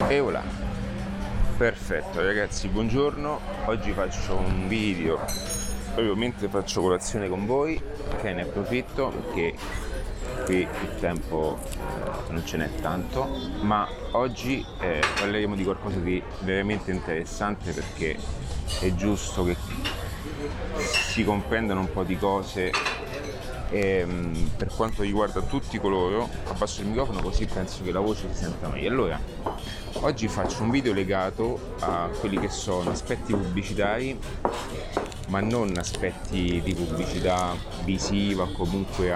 E voilà, perfetto ragazzi, buongiorno. Oggi faccio un video proprio mentre faccio colazione con voi, che ne approfitto perché qui il tempo non ce n'è tanto, ma oggi parleremo di qualcosa di veramente interessante, perché è giusto che si comprendano un po' di cose per quanto riguarda tutti coloro. Abbasso il microfono così penso che la voce si senta meglio. Allora, oggi faccio un video legato a quelli che sono aspetti pubblicitari, ma non aspetti di pubblicità visiva o comunque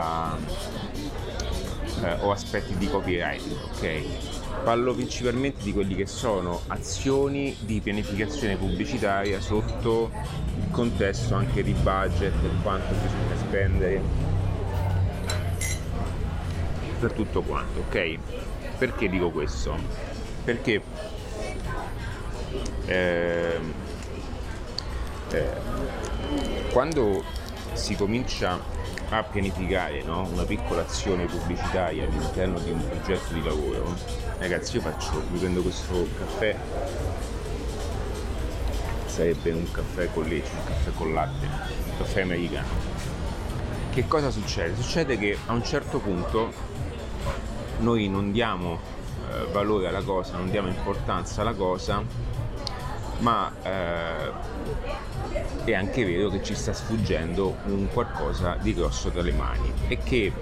o aspetti di copywriting, ok? Parlo principalmente di quelli che sono azioni di pianificazione pubblicitaria sotto il contesto anche di budget e quanto bisogna spendere per tutto quanto, ok? Perché dico questo? Perché quando si comincia a pianificare, no, una piccola azione pubblicitaria all'interno di un progetto di lavoro, ragazzi, mi prendo questo caffè, sarebbe un caffè con leche, un caffè con latte, un caffè americano. Che cosa succede? Succede che a un certo punto noi non diamo valore alla cosa, non diamo importanza alla cosa, ma è anche vero che ci sta sfuggendo un qualcosa di grosso tra le mani, e che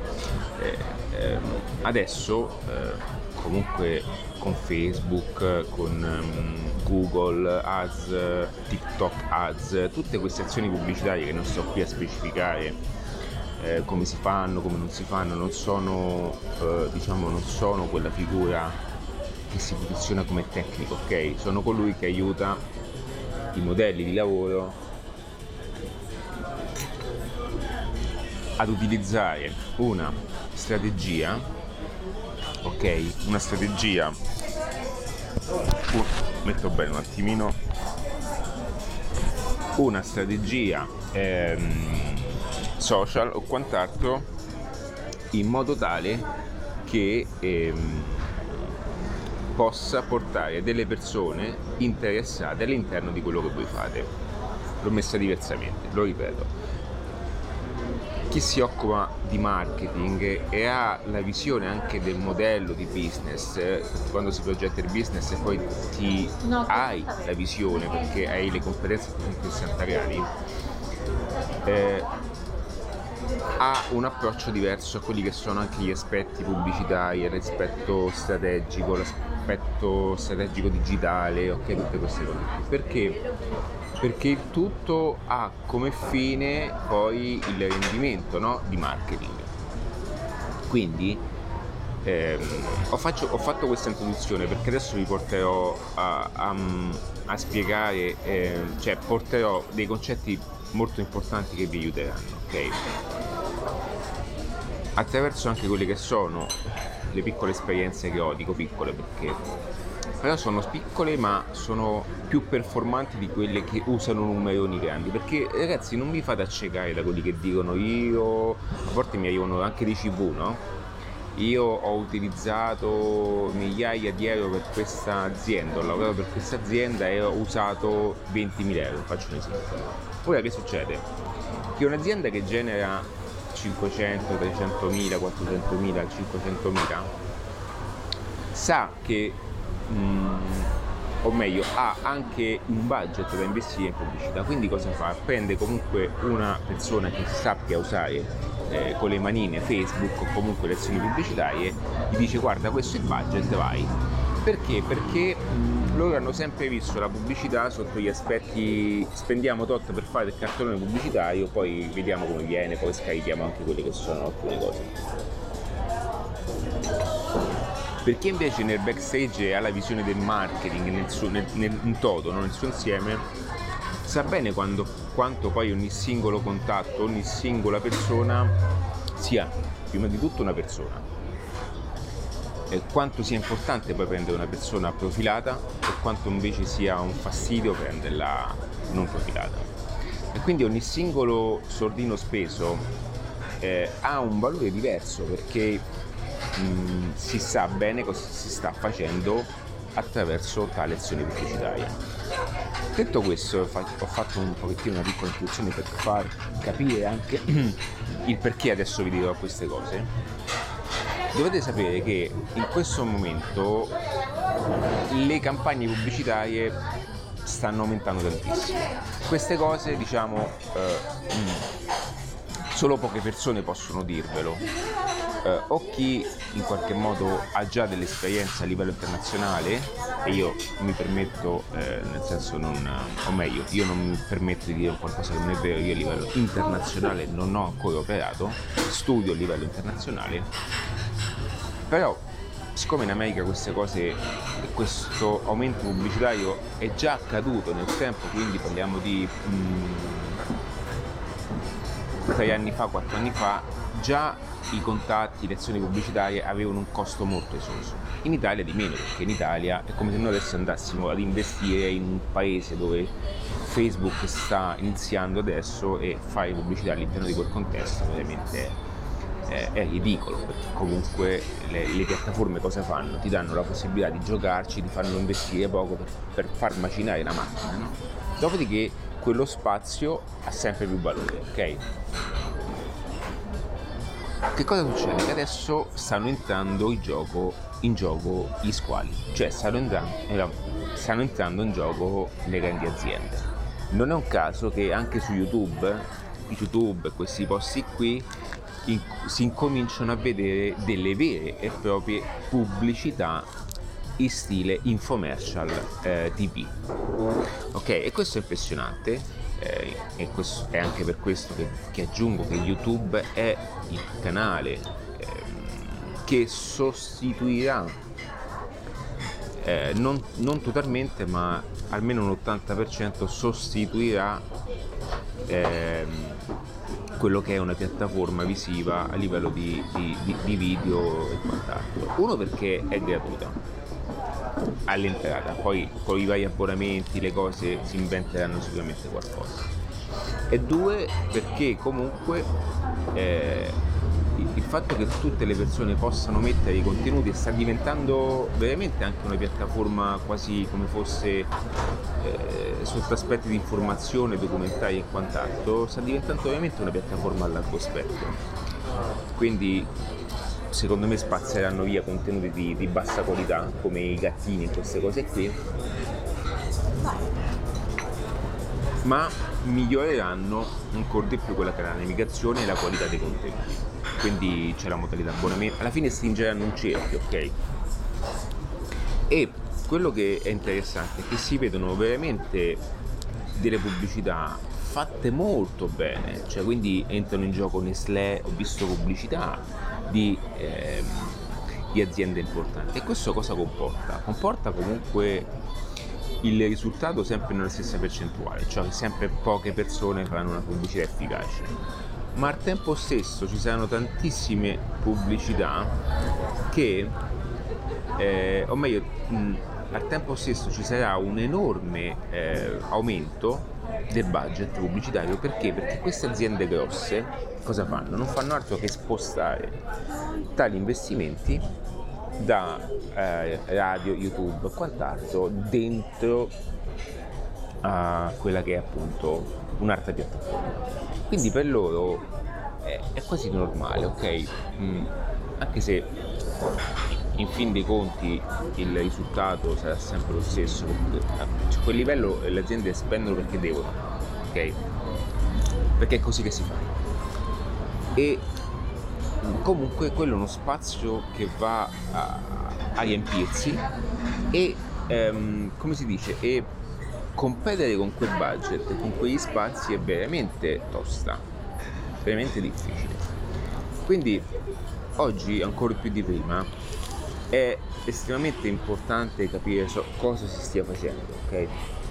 adesso comunque con Facebook, con Google Ads, TikTok Ads, tutte queste azioni pubblicitarie che non sto qui a specificare come si fanno, come non si fanno, non sono non sono quella figura che si posiziona come tecnico, ok? Sono colui che aiuta i modelli di lavoro ad utilizzare una strategia, ok? Una strategia, metto bene un attimino, una strategia social o quant'altro, in modo tale che possa portare delle persone interessate all'interno di quello che voi fate. L'ho messa diversamente, lo ripeto. Chi si occupa di marketing e ha la visione anche del modello di business, quando si progetta il business e poi hai la visione perché hai le competenze tecniche sanitariali, ha un approccio diverso a quelli che sono anche gli aspetti pubblicitari, l'aspetto strategico digitale, ok, tutte queste cose. Perché il tutto ha come fine poi il rendimento, no, di marketing. Quindi ho fatto questa introduzione perché adesso vi porterò a spiegare, cioè porterò dei concetti molto importanti che vi aiuteranno, ok? Attraverso anche quelle che sono le piccole esperienze che ho, dico piccole perché però sono piccole, ma sono più performanti di quelle che usano numeroni grandi, perché ragazzi non vi fate accecare da quelli che dicono a volte mi arrivano anche dei CV, no? Io ho utilizzato migliaia di euro per questa azienda, ho lavorato per questa azienda e ho usato 20.000 euro, faccio un esempio. Ora che succede? Che un'azienda che genera 500, 300.000, 400.000, 500.000 sa che o meglio ha anche un budget da investire in pubblicità, quindi cosa fa? Prende comunque una persona che sappia usare con le manine Facebook o comunque le azioni pubblicitarie, gli dice: guarda, questo è il budget, vai. Perché? Perché loro hanno sempre visto la pubblicità sotto gli aspetti: spendiamo tot per fare il cartone pubblicitario, poi vediamo come viene, poi scarichiamo anche quelle che sono alcune cose. Perché invece nel backstage ha la visione del marketing in toto, no? Nel suo insieme, sa bene quanto poi ogni singolo contatto, ogni singola persona sia prima di tutto una persona, e quanto sia importante poi prendere una persona profilata e quanto invece sia un fastidio prenderla non profilata. E quindi ogni singolo soldino speso ha un valore diverso, perché si sa bene cosa si sta facendo attraverso tale azione pubblicitaria. Detto questo, ho fatto un pochettino una piccola introduzione per far capire anche il perché adesso vi dirò queste cose. Dovete sapere che in questo momento le campagne pubblicitarie stanno aumentando tantissimo. Queste cose, diciamo, solo poche persone possono dirvelo, o chi in qualche modo ha già dell'esperienza a livello internazionale, e io mi permetto, nel senso io non mi permetto di dire qualcosa che non è vero. Io a livello internazionale non ho ancora operato, studio a livello internazionale, però siccome in America queste cose, questo aumento pubblicitario è già accaduto nel tempo, quindi parliamo di 3 anni fa, 4 anni fa, già i contatti, le azioni pubblicitarie avevano un costo molto esoso. In Italia di meno, perché in Italia è come se noi adesso andassimo ad investire in un paese dove Facebook sta iniziando adesso, e fare pubblicità all'interno di quel contesto ovviamente è ridicolo, perché comunque le piattaforme cosa fanno? Ti danno la possibilità di giocarci, di farlo investire poco per far macinare la macchina, no? Dopodiché quello spazio ha sempre più valore, ok? Che cosa succede? Che adesso stanno entrando in gioco gli squali, cioè stanno entrando in gioco le grandi aziende. Non è un caso che anche su YouTube, questi posti qui, si incominciano a vedere delle vere e proprie pubblicità in stile infomercial TV. Ok, e questo è impressionante, e questo è anche per questo che aggiungo che YouTube è il canale che sostituirà, non totalmente, ma almeno un 80% sostituirà quello che è una piattaforma visiva a livello di video e quant'altro. Uno, perché è gratuita all'entrata, poi con i vari abbonamenti le cose si inventeranno sicuramente qualcosa, e due, perché comunque il fatto che tutte le persone possano mettere i contenuti sta diventando veramente anche una piattaforma quasi come fosse sotto aspetti di informazione, documentari e quant'altro, sta diventando veramente una piattaforma a largo spettro. Quindi secondo me spazzeranno via contenuti di bassa qualità come i gattini e queste cose qui, ma miglioreranno ancora di più quella che è la navigazione e la qualità dei contenuti. Quindi c'è la modalità abbonamento, alla fine stringeranno un cerchio, ok? E quello che è interessante è che si vedono veramente delle pubblicità fatte molto bene, cioè quindi entrano in gioco Nestlé, ho visto pubblicità di aziende importanti. E questo cosa comporta? Comporta comunque il risultato sempre nella stessa percentuale, cioè che sempre poche persone faranno una pubblicità efficace, ma al tempo stesso ci saranno tantissime pubblicità che, o meglio, al tempo stesso ci sarà un enorme aumento del budget pubblicitario. Perché? Perché queste aziende grosse cosa fanno? Non fanno altro che spostare tali investimenti da radio, YouTube e quant'altro dentro a quella che è appunto un'altra piattaforma. Quindi per loro è quasi normale, ok? Anche se in fin dei conti il risultato sarà sempre lo stesso, perché a quel livello le aziende spendono perché devono, ok? Perché è così che si fa. E comunque quello è uno spazio che va a riempirsi, e come si dice, e competere con quel budget, con quegli spazi, è veramente tosta, veramente difficile. Quindi oggi ancora più di prima è estremamente importante capire cosa si stia facendo, ok?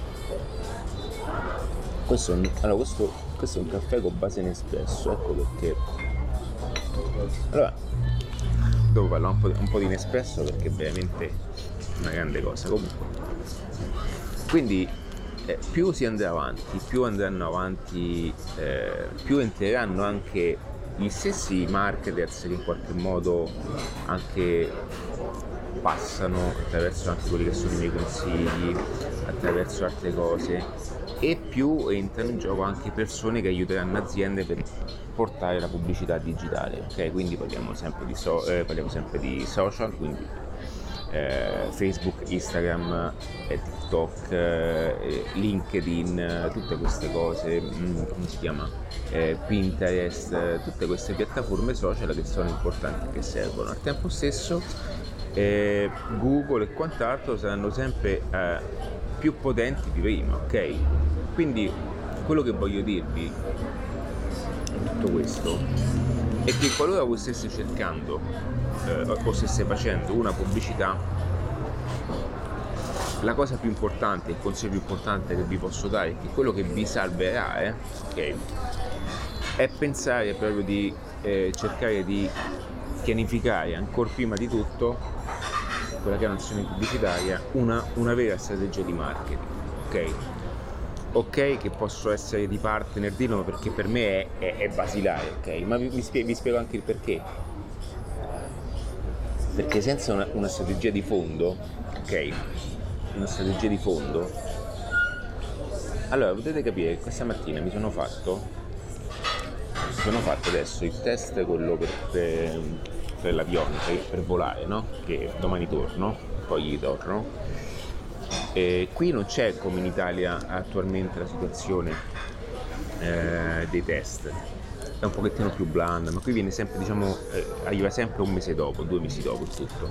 Questo è un caffè con base Nespresso, ecco perché. Allora, dopo parlo un po' di Nespresso perché è veramente una grande cosa. Comunque, quindi più si andrà avanti, più andranno avanti, più entreranno anche gli stessi marketers che in qualche modo anche passano attraverso anche quelli che sono i miei consigli, attraverso altre cose, e più entrano in gioco anche persone che aiuteranno aziende per portare la pubblicità digitale, ok? Quindi parliamo sempre di social, quindi Facebook, Instagram, TikTok, LinkedIn, tutte queste cose, come si chiama? Pinterest, tutte queste piattaforme social che sono importanti e che servono. Al tempo stesso Google e quant'altro saranno sempre più potenti di prima, ok? Quindi quello che voglio dirvi in tutto questo è che qualora voi stesse cercando o stesse facendo una pubblicità, la cosa più importante, il consiglio più importante che vi posso dare, che quello che vi salverà, ok, è pensare proprio di cercare di pianificare ancora prima di tutto quella che è un'azione pubblicitaria, una vera strategia di marketing, ok? Ok, che posso essere di partner di no, perché per me è basilare, ok? Ma vi spiego anche il perché. Perché senza una strategia di fondo, ok? Una strategia di fondo. Allora, potete capire che questa mattina mi sono fatto adesso il test, quello per l'avione, per volare, no? Che domani torno, poi torno. E qui non c'è come in Italia attualmente la situazione dei test, è un pochettino più blanda, ma qui viene sempre, diciamo, arriva sempre un mese dopo, 2 mesi dopo il tutto.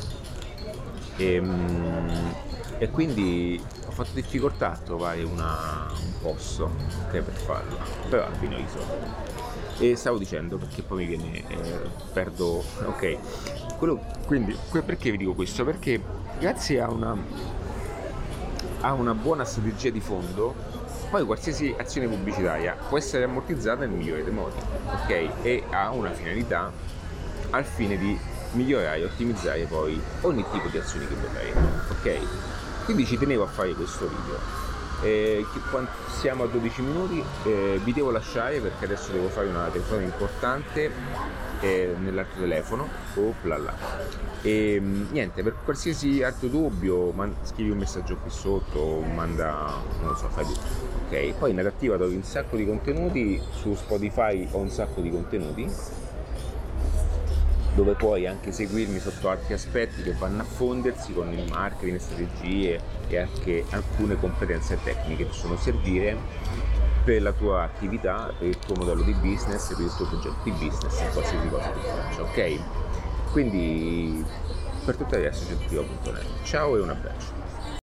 E quindi ho fatto difficoltà a trovare un posto, okay, per farlo, però alla fine ho risolto. E stavo dicendo, perché poi mi viene, perdo, ok, perché vi dico questo? Perché grazie a una buona strategia di fondo, poi qualsiasi azione pubblicitaria può essere ammortizzata nel migliore dei modi, ok? E ha una finalità al fine di migliorare e ottimizzare poi ogni tipo di azione che vorrei, ok? Quindi ci tenevo a fare questo video. Siamo a 12 minuti, vi devo lasciare perché adesso devo fare una telefonata importante nell'altro telefono. E niente, per qualsiasi altro dubbio scrivi un messaggio qui sotto o manda, non lo so, fai tutto, ok? Poi in adattiva trovi un sacco di contenuti, su Spotify ho un sacco di contenuti dove puoi anche seguirmi sotto altri aspetti che vanno a fondersi con il marketing, strategie e anche alcune competenze tecniche che possono servire per la tua attività, per il tuo modello di business, per il tuo progetto di business, qualsiasi cosa tu faccia, ok? Quindi per tutto il resto c'è Ciao e un abbraccio.